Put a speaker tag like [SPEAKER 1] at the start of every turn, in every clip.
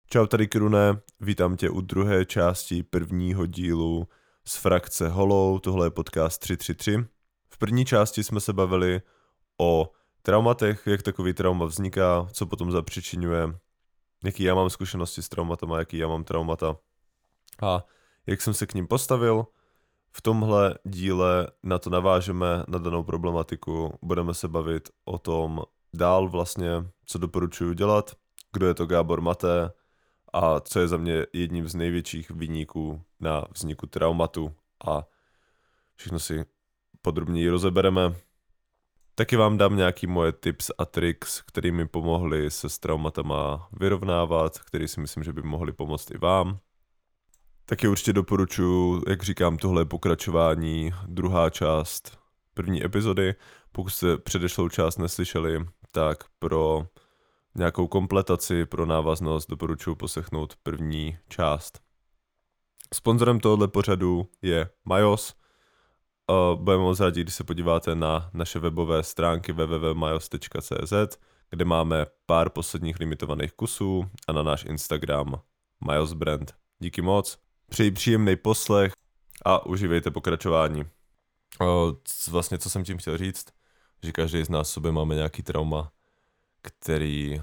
[SPEAKER 1] Čau, tady Krune, vítám tě u druhé části prvního dílu z frakce Hollow, tohle je podcast 333. V první části jsme se bavili o traumatech, jak takový trauma vzniká, co potom zapřičinuje, jaký já mám zkušenosti s traumatama, jaký já mám traumata a jak jsem se k ním postavil. V tomhle díle na to navážeme, na danou problematiku, budeme se bavit o tom dál vlastně, co doporučuji dělat, kdo je to Gábor Maté, a co je za mě jedním z největších viníků na vzniku traumatu a všechno si podrobněji rozebereme. Taky vám dám nějaký moje tips a tricks, který mi pomohly se s traumatama vyrovnávat, který si myslím, že by mohly pomoct i vám. Taky určitě doporučuji, jak říkám, tohle je pokračování, druhá část první epizody. Pokud jste předešlou část neslyšeli, tak pro nějakou kompletaci, pro návaznost doporučuji poslechnout první část. Sponzorem tohoto pořadu je Majos. Budeme moc rádi, když se podíváte na naše webové stránky www.majos.cz, kde máme pár posledních limitovaných kusů a na náš Instagram Majos Brand. Díky moc. Přeji příjemný poslech a užívejte pokračování. Vlastně, co jsem tím chtěl říct, že každý z nás v sobě máme nějaký trauma, který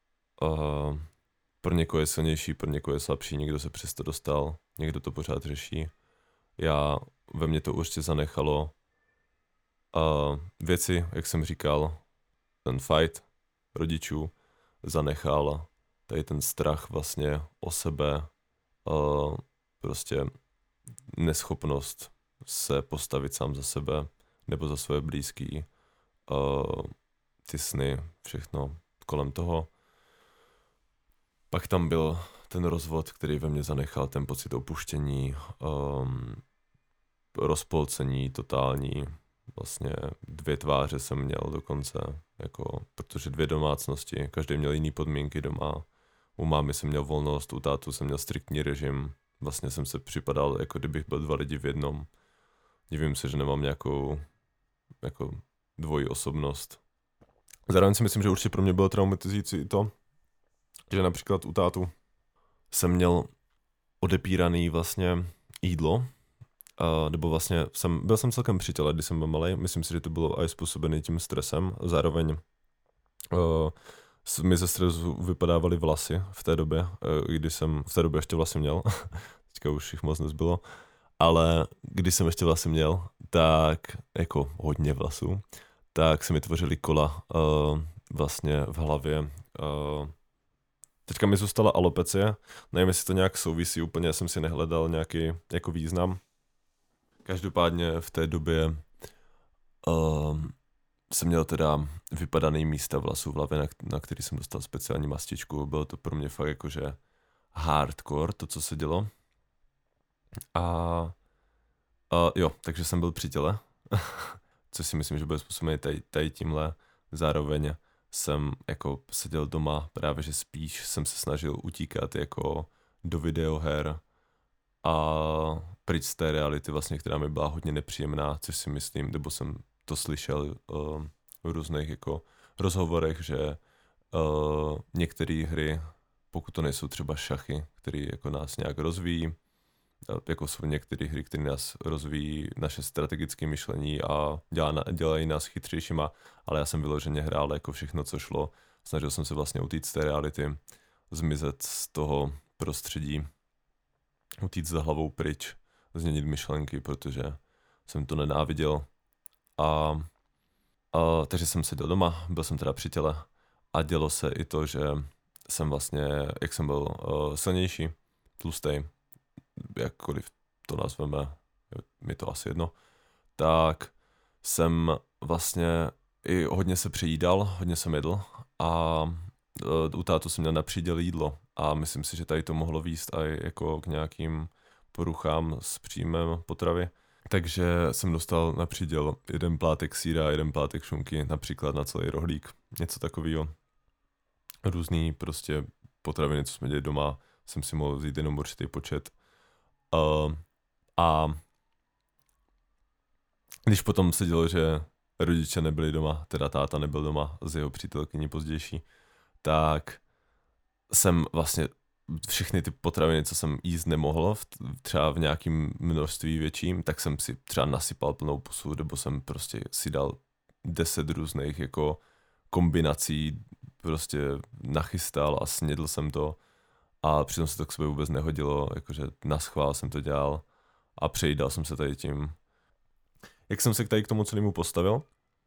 [SPEAKER 1] pro někoho je silnější, pro někoho je slabší, někdo se přesto dostal, někdo to pořád řeší. Ve mně to určitě zanechalo věci, jak jsem říkal, ten fight rodičů zanechal tady ten strach vlastně o sebe, prostě neschopnost se postavit sám za sebe nebo za své blízký, ty sny, všechno kolem toho. Pak tam byl ten rozvod, který ve mně zanechal ten pocit opuštění, rozpolcení totální, vlastně 2 tváře jsem měl dokonce, protože 2 domácnosti, každý měl jiný podmínky doma. U mámy jsem měl volnost, u tátu jsem měl striktní režim, vlastně jsem se připadal, jako kdybych byl 2 lidi v jednom. Divím se, že nemám nějakou dvojí osobnost. Zároveň si myslím, že určitě pro mě bylo traumatizující i to, že například u tátu jsem měl odepíraný vlastně jídlo, nebo vlastně byl jsem celkem při těle, když jsem byl malej, myslím si, že to bylo i způsobený tím stresem, zároveň mi ze stresu vypadávaly vlasy v té době, když jsem v té době ještě vlasy měl, teďka už jich moc nezbylo, ale když jsem ještě vlasy měl, tak jako hodně vlasů, tak se mi tvořily kola vlastně v hlavě. Teďka mi zůstala alopecie, nevím, jestli to nějak souvisí, úplně jsem si nehledal nějaký jako význam. Každopádně v té době jsem měl teda vypadaný místa vlasů v hlavě, na který jsem dostal speciální mastičku. Bylo to pro mě fakt jakože hardcore, to, co se dělo. Jo, takže jsem byl při těle, což si myslím, že bude způsobený tady tímhle. Zároveň jsem jako seděl doma, právě že spíš jsem se snažil utíkat jako do videoher a pryč z té reality vlastně, která mi byla hodně nepříjemná, což si myslím, nebo jsem to slyšel v různých jako rozhovorech, že některé hry, pokud to nejsou třeba šachy, které jako nás nějak rozvíjí, jako jsou některé hry, které nás rozvíjí naše strategické myšlení a dělají nás chytřejšíma, ale já jsem vyloženě hrál jako všechno, co šlo. Snažil jsem se vlastně utíct z té reality, zmizet z toho prostředí, utíct za hlavou pryč, změnit myšlenky, protože jsem to nenáviděl. Takže jsem seděl doma, byl jsem teda při těle a dělo se i to, že jsem vlastně, jak jsem byl silnější, tlustej, jakkoliv to nazveme, mi to asi jedno, tak jsem vlastně i hodně se přejídal, hodně jsem jedl a u tátu jsem měl na příděl jídlo a myslím si, že tady to mohlo vést i jako k nějakým poruchám s příjmem potravy. Takže jsem dostal na příděl 1 plátek sýra, 1 plátek šunky, například na celý rohlík, něco takového. Různý prostě potraviny, co jsme dělali doma, jsem si mohl vzít jenom určitý počet. A když potom se dělo, že rodiče nebyli doma, teda táta nebyl doma z jeho přítelkyní pozdější, tak jsem vlastně všechny ty potraviny, co jsem jíst nemohl, třeba v nějakém množství větším, tak jsem si třeba nasypal plnou pusu, nebo jsem prostě si dal 10 různých jako kombinací, prostě nachystal a snědl jsem to a přitom se to k sobě vůbec nehodilo, jakože naschvál jsem to dělal a přejídal jsem se tady tím. Jak jsem se tady k tomu celému postavil?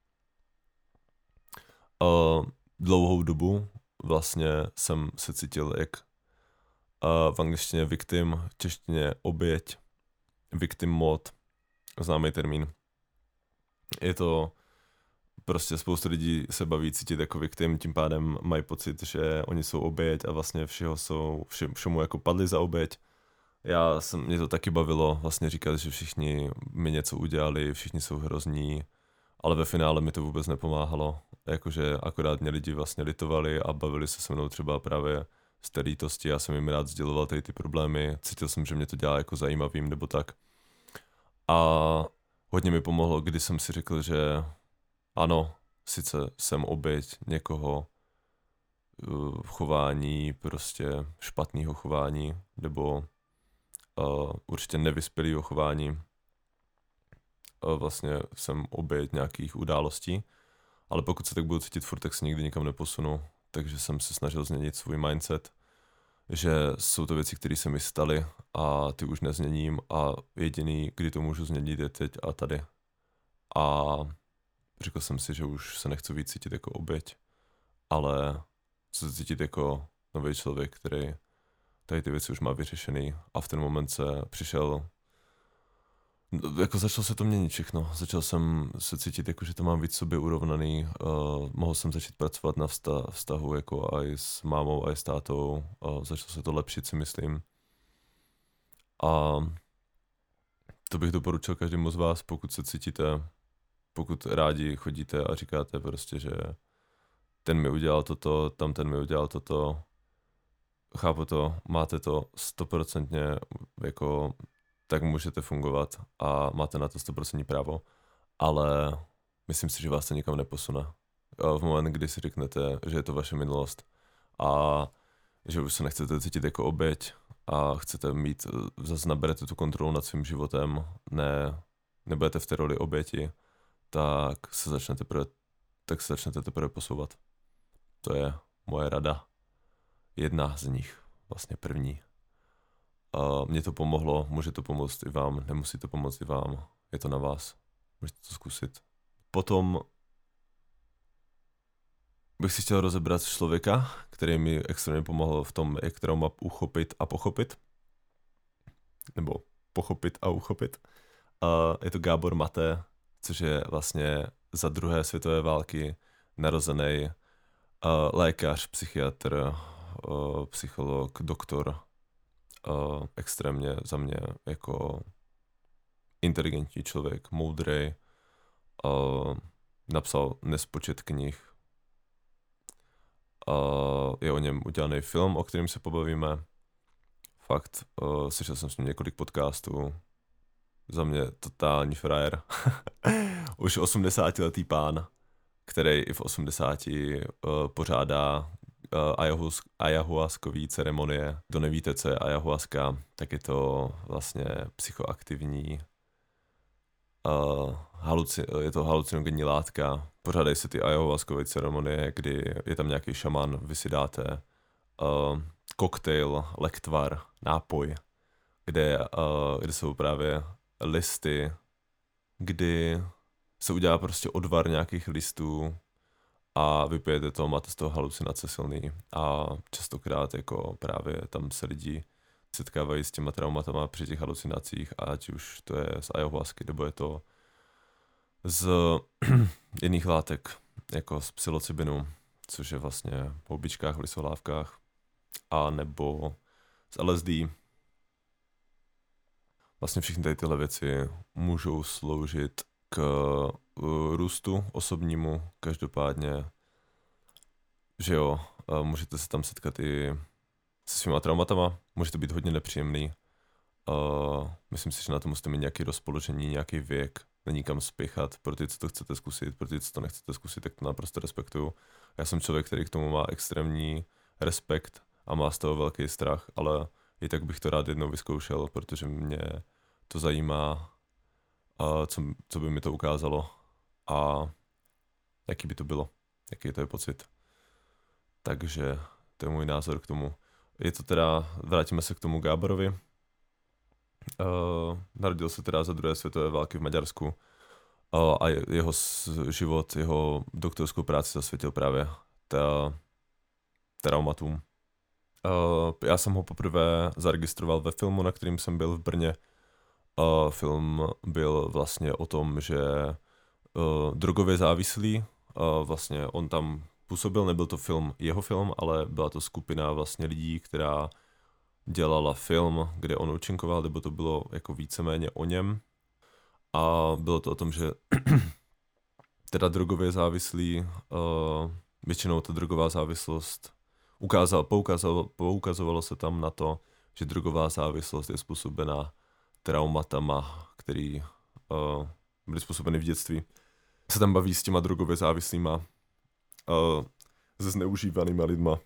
[SPEAKER 1] Dlouhou dobu vlastně jsem se cítil jak v angličtině victim, v češtině oběť, victim mode, známý termín. Je to prostě spoustu lidí se baví cítit jako victim, tím pádem mají pocit, že oni jsou oběť a vlastně všemu jako padli za oběť. Mě to taky bavilo vlastně říkat, že všichni mi něco udělali, všichni jsou hrozní, ale ve finále mi to vůbec nepomáhalo. Jakože akorát mě lidi vlastně litovali a bavili se se mnou třeba právě z té lítosti, já jsem jim rád sděloval tady ty problémy, cítil jsem, že mě to dělá jako zajímavým nebo tak. A hodně mi pomohlo, když jsem si řekl, že ano, sice jsem oběť někoho chování, prostě špatného chování, nebo určitě nevyspělého chování. Vlastně jsem oběť nějakých událostí, ale pokud se tak budu cítit furt, tak se nikdy nikam neposunu. Takže jsem se snažil změnit svůj mindset, že jsou to věci, které se mi staly a ty už nezměním a jediný, kdy to můžu změnit, je teď a tady. A řekl jsem si, že už se nechci víc cítit jako oběť, ale chci se cítit jako nový člověk, který tady ty věci už má vyřešený a v ten moment se přišel, jako začalo se to měnit všechno, začal jsem se cítit jako, že to mám víc sobě urovnaný, mohl jsem začít pracovat na vztahu jako aj s mámou, aj s tátou, začalo se to lepšit, si myslím. A to bych doporučil každému z vás, pokud se cítíte, pokud rádi chodíte a říkáte prostě, že ten mi udělal toto, tam ten mi udělal toto, chápu to, máte to 100% jako, tak můžete fungovat a máte na to 100% právo, ale myslím si, že vás to nikam neposune. V moment, kdy si řeknete, že je to vaše minulost a že už se nechcete cítit jako oběť a chcete mít, zase naberete tu kontrolu nad svým životem, nebudete v té roli oběti, tak se začnete teprve posouvat. To je moje rada. Jedna z nich, vlastně první. Mně to pomohlo, může to pomoct i vám, nemusí to pomoct i vám, je to na vás, můžete to zkusit. Potom bych si chtěl rozebrat člověka, který mi extrémně pomohl v tom, jak trauma uchopit a pochopit. Nebo pochopit a uchopit. Je to Gábor Mate, což je vlastně za druhé světové války narozený lékař, psychiatr, psycholog, doktor, extrémně za mě jako inteligentní člověk, moudrý, napsal nespočet knih, je o něm udělaný film, o kterém se pobavíme. Fakt, slyšel jsem s ním několik podcastů, za mě totální frajer. Už 80letý pán, který i v 80 pořádá ayahuaskový ceremonie. Kdo nevíte, co je ayahuasca, tak je to vlastně psychoaktivní je to halucinogenní látka. Pořádají se ty ayahuaskové ceremonie, kdy je tam nějaký šaman, vy si dáte koktejl, lektvar, nápoj, kde jsou právě listy, kdy se udělá prostě odvar nějakých listů a vypijete to, máte z toho halucinace silný a častokrát jako právě tam se lidi setkávají s těma traumatama při těch halucinacích, ať už to je z ayahuasky, nebo je to z jiných látek, jako z psilocybinu, což je vlastně v houbičkách, v lisohlávkách, a nebo z LSD. Vlastně všechny tady tyhle věci můžou sloužit k růstu osobnímu, každopádně, že jo, můžete se tam setkat i se svýma traumatama, může to být hodně nepříjemný. Myslím si, že na to musíte mít nějaké rozpoložení, nějaký věk, není kam spěchat. Pro ty, co to chcete zkusit, pro ty, co to nechcete zkusit, tak to naprosto respektuju. Já jsem člověk, který k tomu má extrémní respekt a má z toho velký strach, ale i tak bych to rád jednou vyzkoušel, protože mě to zajímá, co by mi to ukázalo a jaký by to bylo, jaký to je pocit. Takže to je můj názor k tomu. Je to teda, vrátíme se k tomu Gáborovi. Narodil se teda za druhé světové války v Maďarsku a jeho život, jeho doktorskou práci zasvětil právě traumatům. Já jsem ho poprvé zaregistroval ve filmu, na kterým jsem byl v Brně. Film byl vlastně o tom, že drogově závislý, vlastně on tam působil, nebyl to jeho film, ale byla to skupina vlastně lidí, která dělala film, kde on účinkoval, nebo to bylo jako víceméně o něm. A bylo to o tom, že teda drogově závislý, většinou ta drogová závislost poukazovalo se tam na to, že drogová závislost je způsobená traumatama, který byly způsobeny v dětství. Se tam baví s těma drogově závislýma, se zneužívanýma lidma,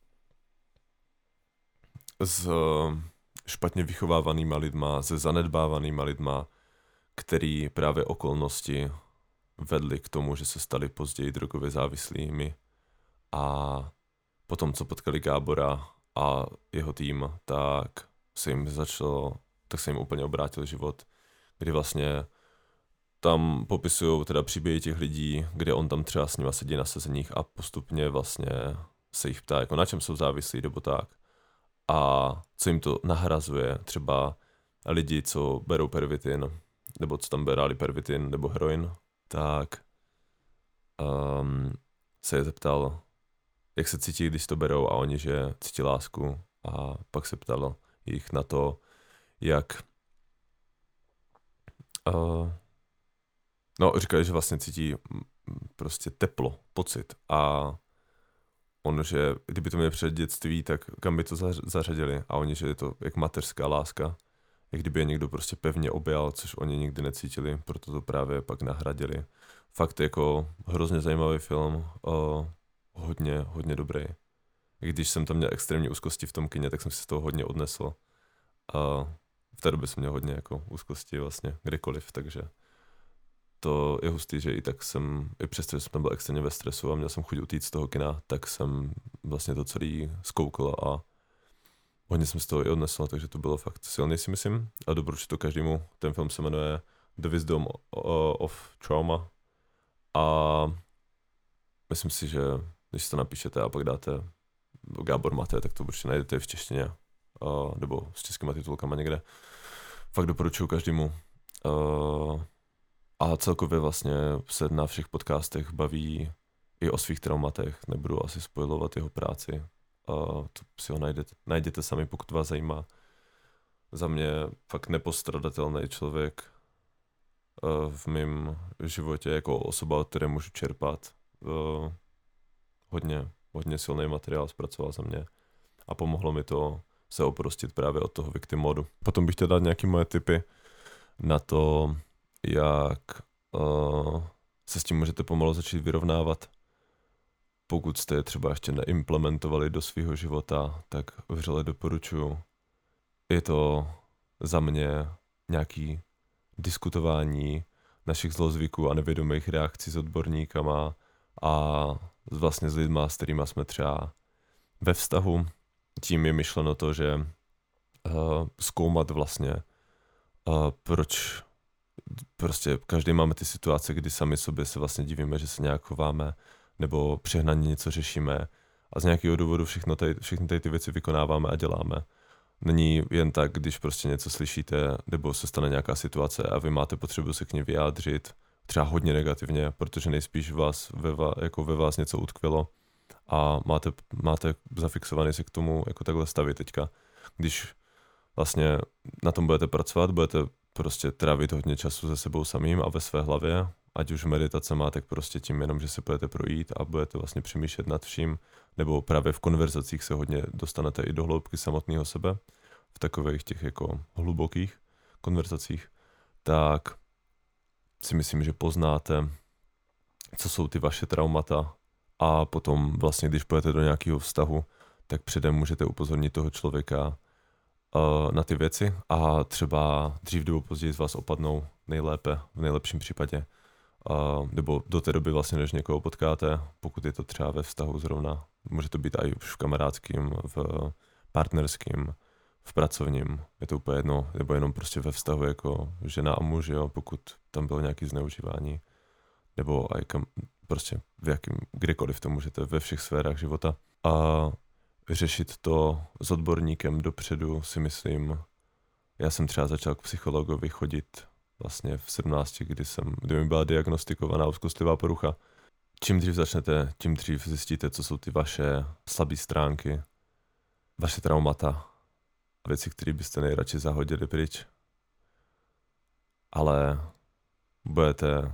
[SPEAKER 1] s špatně vychovávanýma lidma, se zanedbávanýma lidma, který právě okolnosti vedly k tomu, že se stali později drogově závislými. A potom, co potkali Gábora a jeho tým, tak se jim úplně obrátil život, kdy vlastně tam popisují teda příběhy těch lidí, kde on tam třeba s nima sedí na sezeních a postupně vlastně se jich ptá, jako na čem jsou závislí, nebo tak. A co jim to nahrazuje, třeba lidi, co berou pervitin, nebo co tam brali pervitin, nebo heroin, tak se je zeptal, jak se cítí, když to berou, a oni, že cítí lásku, a pak se ptal jich na to, jak říkali, že vlastně cítí prostě teplo, pocit, a on, že kdyby to měli před dětství, tak kam by to zařadili, a oni, že je to jak mateřská láska, jak kdyby je někdo prostě pevně objal, což oni nikdy necítili, proto to právě pak nahradili. Fakt jako hrozně zajímavý film, hodně dobrý. I když jsem tam měl extrémní úzkosti v tom kině, tak jsem si z toho hodně odnesl. V té době jsem měl hodně jako úzkosti vlastně kdekoliv, takže to je hustý, že i přesto, že jsem tam byl extrémně ve stresu a měl jsem chuť utíct z toho kina, tak jsem vlastně to celý zkoukl a hodně jsem z toho i odnesl, takže to bylo fakt silný, si myslím. A doporučuji to každému. Ten film se jmenuje The Wisdom of Trauma. A myslím si, že když si to napíšete a pak dáte Gábor Mate, tak to určitě najdete v češtině. Nebo s českýma titulkama někde. Fakt doporučuji každému. A celkově vlastně se na všech podcastech baví i o svých traumatech. Nebudu asi spoilovat jeho práci. To si ho najděte sami, pokud vás zajímá. Za mě fakt nepostradatelný člověk v mém životě, jako osoba, od které můžu čerpat. Hodně silný materiál zpracoval za mě a pomohlo mi to se oprostit právě od toho victim modu. Potom bych chtěl dát nějaké moje tipy na to, jak se s tím můžete pomalu začít vyrovnávat. Pokud jste je třeba ještě neimplementovali do svého života, tak vřele doporučuji. Je to za mě nějaký diskutování našich zlozvyků a nevědomých reakcí s odborníkama a vlastně s lidma, s kterýma jsme třeba ve vztahu. Tím je myšleno to, že zkoumat vlastně, proč prostě každý máme ty situace, kdy sami sobě se vlastně divíme, že se nějak chováme, nebo přehnaně něco řešíme a z nějakého důvodu všechny tady ty věci vykonáváme a děláme. Není jen tak, když prostě něco slyšíte, nebo se stane nějaká situace a vy máte potřebu se k ní vyjádřit, třeba hodně negativně, protože nejspíš ve vás něco utkvělo a máte zafixovaný se k tomu jako takhle stavit teďka. Když vlastně na tom budete pracovat, budete prostě trávit hodně času se sebou samým a ve své hlavě, ať už meditace má, tak prostě tím jenom, že se budete projít a budete vlastně přemýšlet nad vším, nebo právě v konverzacích se hodně dostanete i do hloubky samotného sebe, v takových těch jako hlubokých konverzacích, tak si myslím, že poznáte, co jsou ty vaše traumata a potom vlastně, když půjdete do nějakého vztahu, tak předem můžete upozornit toho člověka na ty věci a třeba dřív nebo později z vás opadnou nejlépe, v nejlepším případě. Nebo do té doby vlastně, než někoho potkáte, pokud je to třeba ve vztahu zrovna, může to být i už v kamarádským, v partnerským, v pracovním, je to úplně jedno, nebo jenom prostě ve vztahu jako žena a muž, jo, pokud tam bylo nějaké zneužívání, nebo i prostě kdekoliv to můžete, ve všech sférách života. A řešit to s odborníkem dopředu si myslím, já jsem třeba začal k psychologovi chodit vlastně v 17, kdy mi byla diagnostikovaná úzkostlivá porucha. Čím dřív začnete, tím dřív zjistíte, co jsou ty vaše slabé stránky, vaše traumata a věci, které byste nejradši zahodili pryč. Ale budete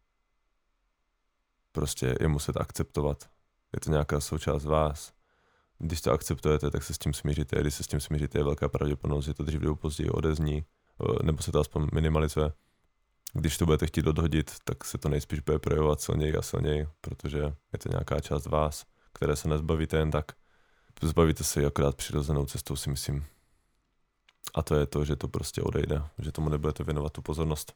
[SPEAKER 1] prostě je muset akceptovat. Je to nějaká součást vás. Když to akceptujete, tak se s tím smíříte. Když se s tím smíříte, je velká pravděpodobnost, že to dřív nebo později odezní, nebo se to aspoň minimalizuje. Když to budete chtít odhodit, tak se to nejspíš bude projevovat silněji a silněji, protože je to nějaká část vás, které se nezbavíte jen tak. Zbavíte se ji akorát přirozenou cestou, si myslím. A to je to, že to prostě odejde, že tomu nebudete věnovat tu pozornost.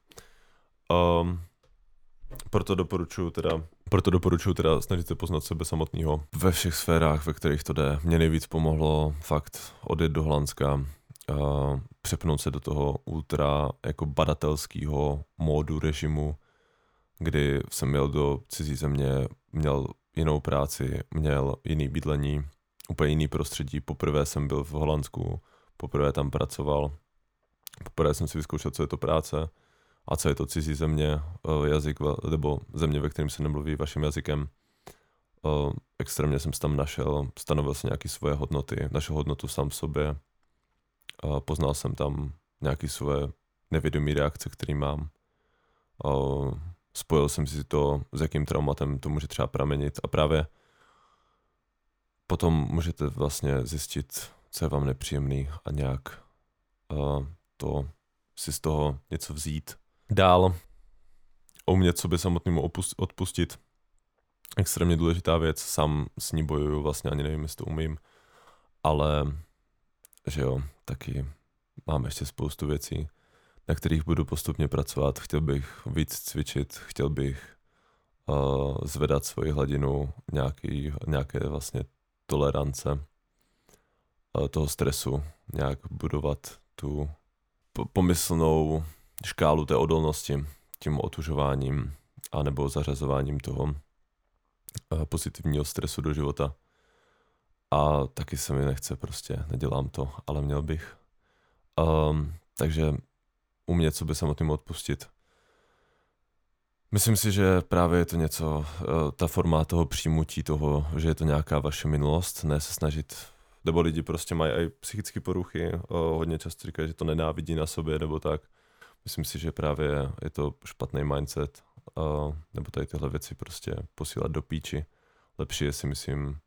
[SPEAKER 1] Proto doporučuji teda snažit se poznat sebe samotného ve všech sférách, ve kterých to jde. Mně nejvíc pomohlo fakt odjet do Holandska, přepnout se do toho ultra jako badatelského módu režimu, kdy jsem jel do cizí země, měl jinou práci, měl jiný bydlení, úplně jiný prostředí. Poprvé jsem byl v Holandsku, poprvé tam pracoval, poprvé jsem si vyzkoušel, co je to práce a co je to cizí země, jazyk, nebo země, ve kterém se nemluví vaším jazykem. Extrémně jsem se tam našel, stanovil si nějaké svoje hodnoty, našu hodnotu sám v sobě. Poznal jsem tam nějaké svoje nevědomé reakce, které mám. Spojil jsem si to, s jakým traumatem to může třeba pramenit a právě potom můžete vlastně zjistit, co je vám nepříjemný a nějak to si z toho něco vzít. Dál umět sobě samotnému odpustit. Extrémně důležitá věc, sám s ní bojuju, vlastně ani nevím, jestli to umím, ale že jo, taky mám ještě spoustu věcí, na kterých budu postupně pracovat. Chtěl bych víc cvičit, chtěl bych zvedat svoji hladinu nějaké vlastně tolerance toho stresu, nějak budovat tu pomyslnou škálu té odolnosti tím otužováním anebo zařazováním toho pozitivního stresu do života. A taky se mi nechce, prostě nedělám to, ale měl bych. Takže umět sobě samotnému odpustit. Myslím si, že právě je to něco, ta forma toho přijmutí toho, že je to nějaká vaše minulost, ne se snažit, nebo lidi prostě mají i psychické poruchy, hodně často říkají, že to nenávidí na sobě, nebo tak. Myslím si, že právě je to špatný mindset, nebo tady tyhle věci prostě posílat do píči. Lepší je, si myslím,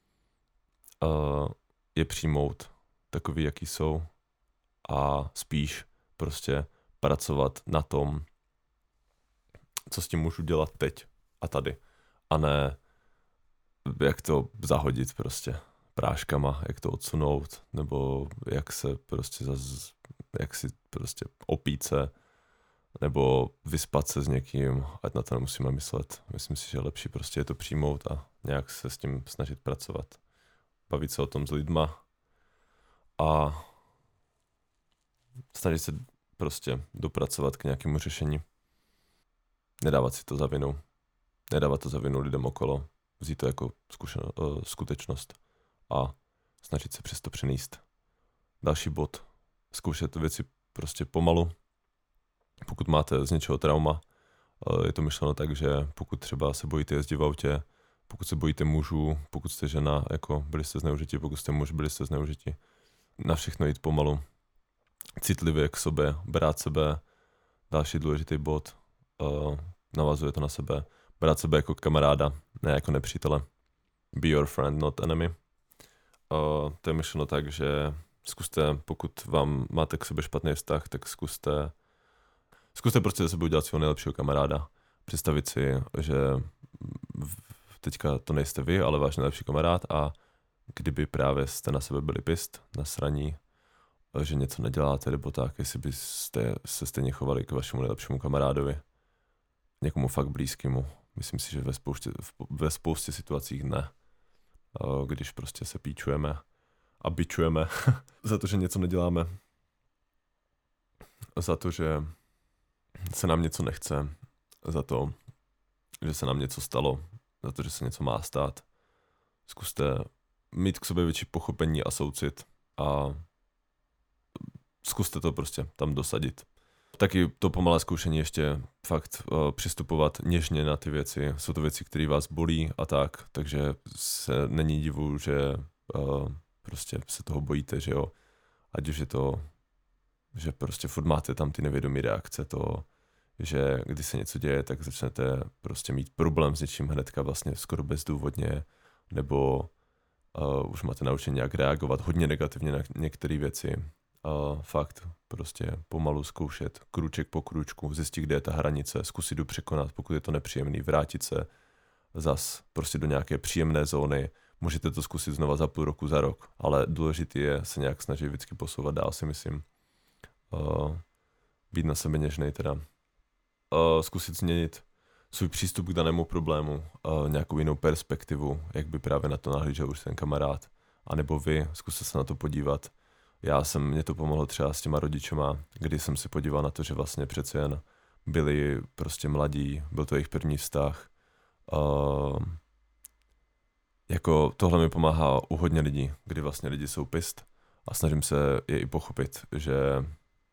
[SPEAKER 1] je přijmout takový, jaký jsou a spíš prostě pracovat na tom, co s tím můžu dělat teď a tady. A ne jak to zahodit prostě práškama, jak to odsunout, nebo jak se prostě jak si prostě opít se, nebo vyspat se s někým, ať na to nemusíme myslet. Myslím si, že je lepší prostě je to přijmout a nějak se s tím snažit pracovat. Bavit se o tom s lidma a snažit se prostě dopracovat k nějakému řešení. Nedávat si to za vinu. Nedávat to za vinu lidem okolo. Vzít to jako skutečnost a snažit se přes to přenést. Další bod. Zkoušet věci prostě pomalu. Pokud máte z něčeho trauma, je to myšleno tak, že pokud třeba se bojíte jezdit v autě, pokud se bojíte mužů, pokud jste žena, jako byli jste zneužiti, pokud jste muž, byli jste zneužiti. Na všechno jít pomalu. Citlivě k sobě, brát sebe. Další důležitý bod. Navazuje to na sebe. Brát sebe jako kamaráda, ne jako nepřítele. Be your friend, not enemy. To je myšleno tak, že zkuste, pokud vám máte k sobě špatný vztah, tak zkuste prostě za sebe udělat svého nejlepšího kamaráda. Představit si, že teďka to nejste vy, ale váš nejlepší kamarád a kdyby právě jste na sebe byli pist, nasraní, že něco neděláte, nebo tak, jestli byste se stejně chovali k vašemu nejlepšímu kamarádovi, někomu fakt blízkému. Myslím si, že ve spoustě situacích ne. Když prostě se píčujeme a bičujeme za to, že něco neděláme, za to, že se nám něco nechce, za to, že se nám něco stalo, za to, že se něco má stát. Zkuste mít k sobě větší pochopení a soucit a zkuste to prostě tam dosadit. Taky to pomalé zkoušení ještě fakt přistupovat něžně na ty věci. Jsou to věci, které vás bolí a tak, takže se není divu, že prostě se toho bojíte, že jo. Ať už je to, že prostě furt máte tam ty nevědomí reakce, to, že když se něco děje, tak začnete prostě mít problém s něčím hnedka vlastně skoro bezdůvodně, nebo už máte naučení nějak reagovat hodně negativně na některé věci. Fakt prostě pomalu zkoušet, krůček po krůčku, zjistit, kde je ta hranice, zkusit ji překonat, pokud je to nepříjemný, vrátit se zas prostě do nějaké příjemné zóny. Můžete to zkusit znova za půl roku, za rok, ale důležité je se nějak snažit vždycky posouvat dál, si myslím. Být na sebe něžnej teda. Zkusit změnit svůj přístup k danému problému, nějakou jinou perspektivu, jak by právě na to nahlížel už ten kamarád, anebo vy, zkuste se na to podívat. Mě to pomohlo třeba s těma rodičema, kdy jsem si podíval na to, že vlastně přece jen byli prostě mladí, byl to jejich první vztah. Jako tohle mi pomáhá u hodně lidí, kdy vlastně lidi jsou pist a snažím se je i pochopit, že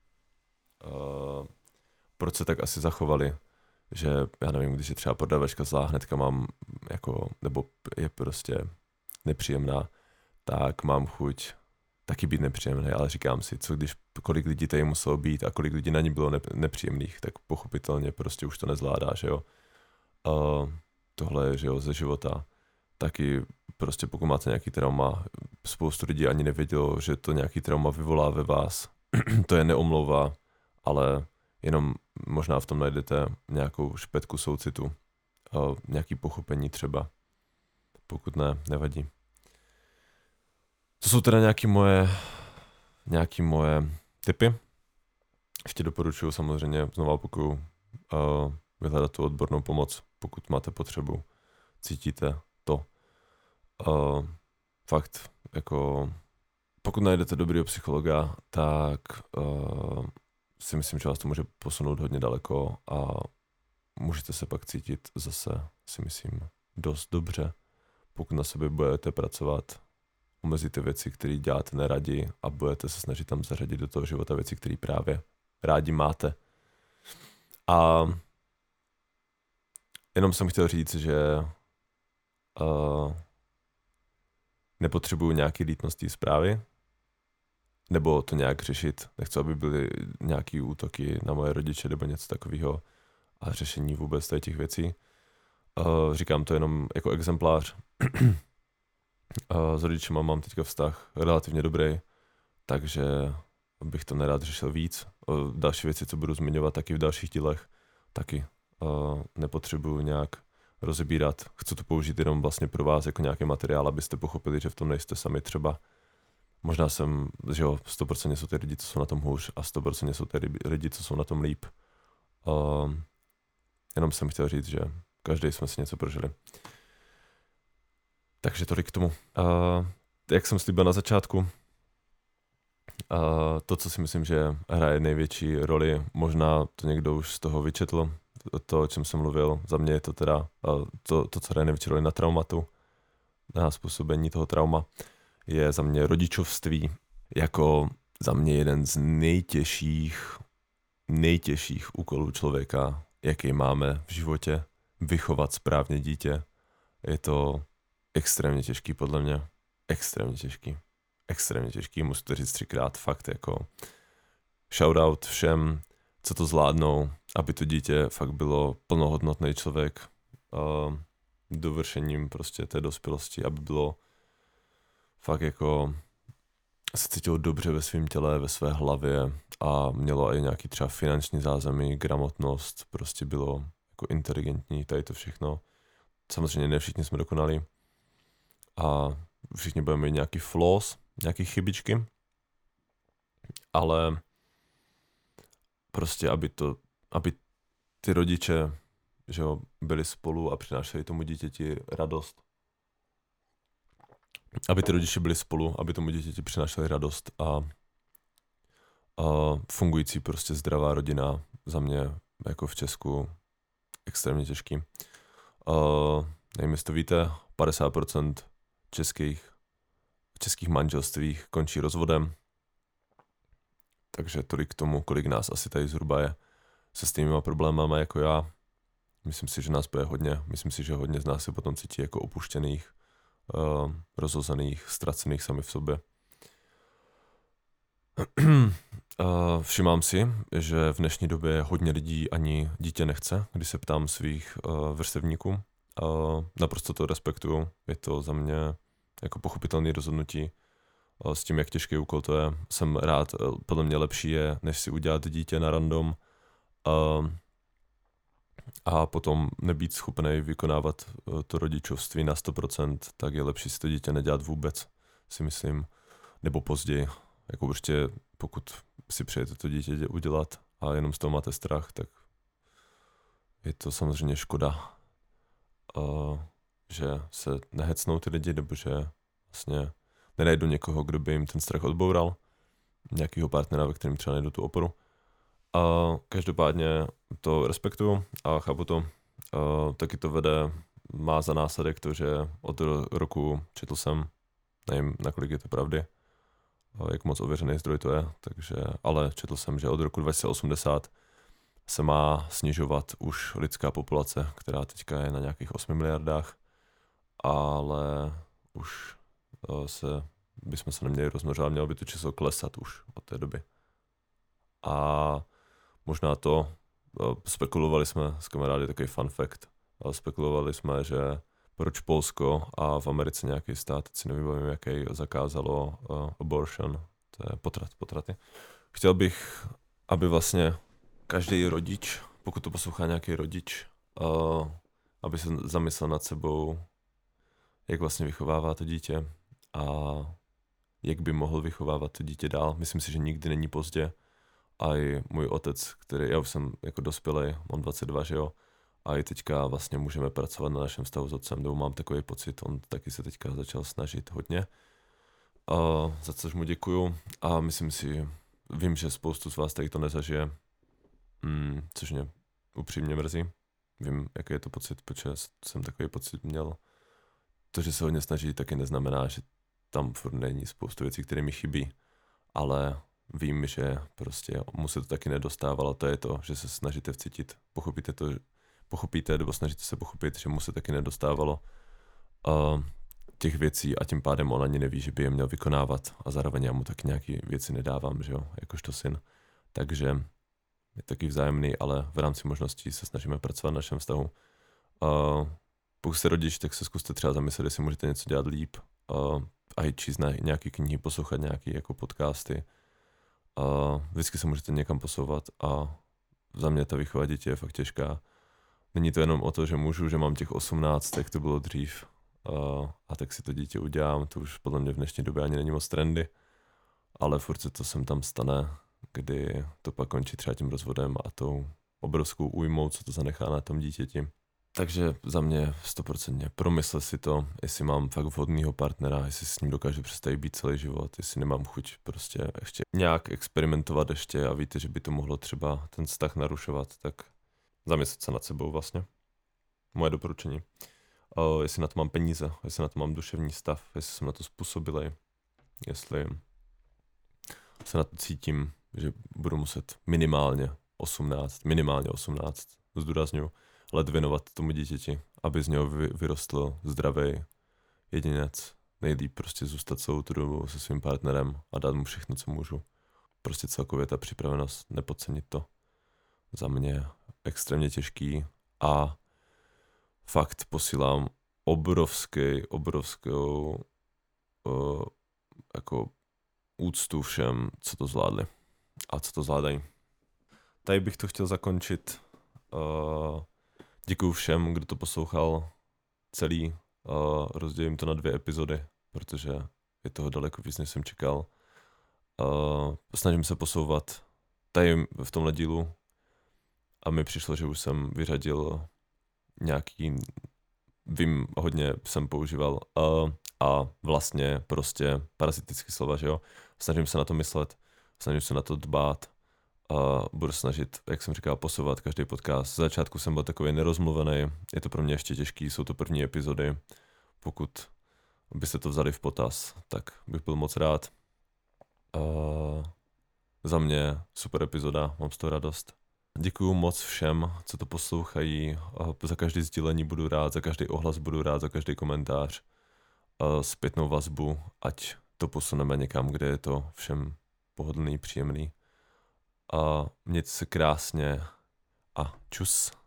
[SPEAKER 1] proč se tak asi zachovali, že já nevím, když je třeba prodavačka zlá, hnedka mám jako, nebo je prostě nepříjemná, tak mám chuť taky být nepříjemný, ale říkám si, kolik lidí tady muselo být a kolik lidí na ní bylo nepříjemných, tak pochopitelně prostě už to nezvládá, že jo. Tohle je, že jo, ze života. Taky prostě pokud máte nějaký trauma, spoustu lidí ani nevědělo, že to nějaký trauma vyvolá ve vás. To je neomlouvá, ale jenom možná v tom najdete nějakou špetku soucitu, nějaký pochopení třeba. Pokud ne, nevadí. To jsou teda nějaký moje tipy. Ještě doporučuji samozřejmě, znovu opakuju, vyhledat tu odbornou pomoc, pokud máte potřebu, cítíte to. Fakt, jako pokud najdete dobrýho psychologa, tak si myslím, že vás to může posunout hodně daleko a můžete se pak cítit zase, si myslím, dost dobře, pokud na sobě budete pracovat, omezíte věci, které děláte neradi a budete se snažit tam zařadit do toho života věci, které právě rádi máte. A jenom jsem chtěl říct, že nepotřebuju nějaký lítnostní zprávy, nebo to nějak řešit. Nechci, aby byly nějaký útoky na moje rodiče nebo něco takového a řešení vůbec těch věcí. Říkám to jenom jako exemplář. S rodičema mám teďka vztah relativně dobrý, takže bych to nerád řešil víc. Další věci, co budu zmiňovat taky v dalších dílech, taky nepotřebuju nějak rozebírat. Chci to použít jenom vlastně pro vás jako nějaký materiál, abyste pochopili, že v tom nejste sami třeba. Možná že jo, 100% jsou ty lidi, co jsou na tom hůř a 100% jsou ty lidi, co jsou na tom líp. Jenom jsem chtěl říct, že každý jsme si něco prožili. Takže tolik k tomu. Jak jsem slíbil na začátku, to, co si myslím, že hraje největší roli, možná to někdo už z toho vyčetl, to, o čem jsem mluvil, za mě je to teda to, co hraje největší roli na traumatu, na způsobení toho trauma, je za mě rodičovství jako za mě jeden z nejtěžších úkolů člověka, jaký máme v životě, vychovat správně dítě. Je to extrémně těžký podle mě, extrémně těžký, musím to říct 3krát, fakt jako shoutout všem, co to zvládnou, aby to dítě fakt bylo plnohodnotný člověk dovršením prostě té dospělosti, aby bylo fakt jako se cítilo dobře ve svém těle, ve své hlavě a mělo i nějaký třeba finanční zázemí, gramotnost, prostě bylo jako inteligentní, tady to všechno. Samozřejmě ne všichni jsme dokonali a všichni budeme mít nějaký flaws, nějaký chybičky, ale prostě, aby ty rodiče, že jo, byli spolu a přinášeli tomu dítěti radost. Aby ty rodiče byli spolu, aby tomu dítěti přinášeli radost a fungující prostě zdravá rodina, za mě jako v Česku extrémně těžký. Nevím, jestli to víte, 50% českých manželství končí rozvodem, takže tolik k tomu, kolik nás asi tady zhruba je se stejnýma problémama jako já. Myslím si, že nás bude hodně, myslím si, že hodně z nás se potom cítí jako opuštěných, rozhozených, ztracených sami v sobě. Všimám si, že v dnešní době hodně lidí ani dítě nechce, když se ptám svých vrstevníků. Naprosto to respektuju, je to za mě jako pochopitelné rozhodnutí s tím, jak těžký úkol to je. Jsem rád, podle mě lepší je, než si udělat dítě na random a potom nebýt schopný vykonávat to rodičovství na 100%, tak je lepší si to dítě nedělat vůbec, si myslím, nebo později. Jako určitě, pokud si přejete to dítě udělat a jenom z toho máte strach, tak je to samozřejmě škoda, že se nehecnou ty lidi, nebo že vlastně nenajdu někoho, kdo by jim ten strach odboural, nějakého partnera, ve kterém třeba najdu tu oporu. Každopádně to respektuju a chápu to. Taky to má za následek to, že od roku četl jsem, nevím, nakolik je to pravdy, jak moc ověřený zdroj to je, ale četl jsem, že od roku 2080 se má snižovat už lidská populace, která teďka je na nějakých 8 miliardách, ale už bychom se neměli rozmnožovat, mělo by to číslo klesat už od té doby. A možná spekulovali jsme s kamarády, takový fun fact, spekulovali jsme, že proč Polsko a v Americe nějaký stát, teď si nevybavím, jaký, zakázalo abortion, to je potraty. Chtěl bych, aby vlastně každý rodič, pokud to poslouchá nějaký rodič, aby se zamyslel nad sebou, jak vlastně vychovává to dítě a jak by mohl vychovávat to dítě dál. Myslím si, že nikdy není pozdě. A i můj otec, já už jsem jako dospělej, mám 22, že jo, a i teďka vlastně můžeme pracovat na našem vztahu s otcem, nebo mám takový pocit, on taky se teďka začal snažit hodně, za což mu děkuju a vím, že spoustu z vás tady to nezažije, což mě upřímně mrzí. Vím, jaký je to pocit, protože jsem takový pocit měl. To, že se hodně snaží, taky neznamená, že tam furt není spoustu věcí, které mi chybí, ale vím, že prostě mu se to taky nedostávalo, to je to, že se snažíte vcítit, pochopíte, nebo snažíte se pochopit, že mu se taky nedostávalo těch věcí a tím pádem on ani neví, že by je měl vykonávat a zároveň já mu taky nějaký věci nedávám, že jo, jakožto syn. Takže je taky vzájemný, ale v rámci možností se snažíme pracovat na našem vztahu. Pokud jste rodič, tak se zkuste třeba zamyslet, jestli můžete něco dělat líp a i číst nějaké knihy, poslouchat nějaké jako podcasty. Vždycky se můžete někam posouvat a za mě ta výchova dětí je fakt těžká. Není to jenom o to, že mám těch 18, jak to bylo dřív a tak si to dítě udělám, to už podle mě v dnešní době ani není moc trendy, ale furt se to sem tam stane, kdy to pak končí třeba tím rozvodem a tou obrovskou újmou, co to zanechá na tom dítěti. Takže za mě 100% promyslet si to, jestli mám fakt vhodného partnera, jestli s ním dokážu přestat být celý život, jestli nemám chuť prostě ještě nějak experimentovat ještě a víte, že by to mohlo třeba ten vztah narušovat, tak zamyslet se nad sebou vlastně. Moje doporučení. Jestli na to mám peníze, jestli na to mám duševní stav, jestli jsem na to způsobilej, jestli se na to cítím, že budu muset minimálně 18, zdůrazňuji, let věnovat tomu dítěti, aby z něho vyrostl zdravý jedinec. Nejlíp prostě zůstat celou tu dobu se svým partnerem a dát mu všechno, co můžu. Prostě celkově ta připravenost, nepodcenit to. Za mě extrémně těžký a fakt posílám obrovskou jako úctu všem, co to zvládli a co to zvládají. Tady bych to chtěl zakončit. Děkuju všem, kdo to poslouchal celý. Rozdělím to na 2 epizody. protože je toho daleko víc, než jsem čekal. Snažím se posouvat tady v tomhle dílu a mi přišlo, že už jsem vyřadil nějaký, vím, hodně jsem používal a vlastně prostě parazitické slova, že jo. Snažím se na to myslet, snažím se na to dbát a budu snažit, jak jsem říkal, posouvat každý podcast. Z začátku jsem byl takový nerozmluvený, je to pro mě ještě těžký, jsou to první epizody. Pokud byste to vzali v potaz, tak bych byl moc rád. Za mě super epizoda, mám z toho radost. Děkuju moc všem, co to poslouchají. Za každý sdílení budu rád, za každý ohlas budu rád, za každý komentář. Zpětnou vazbu, ať to posuneme někam, kde je to všem pohodlný, příjemný. Mějte se krásně a čus.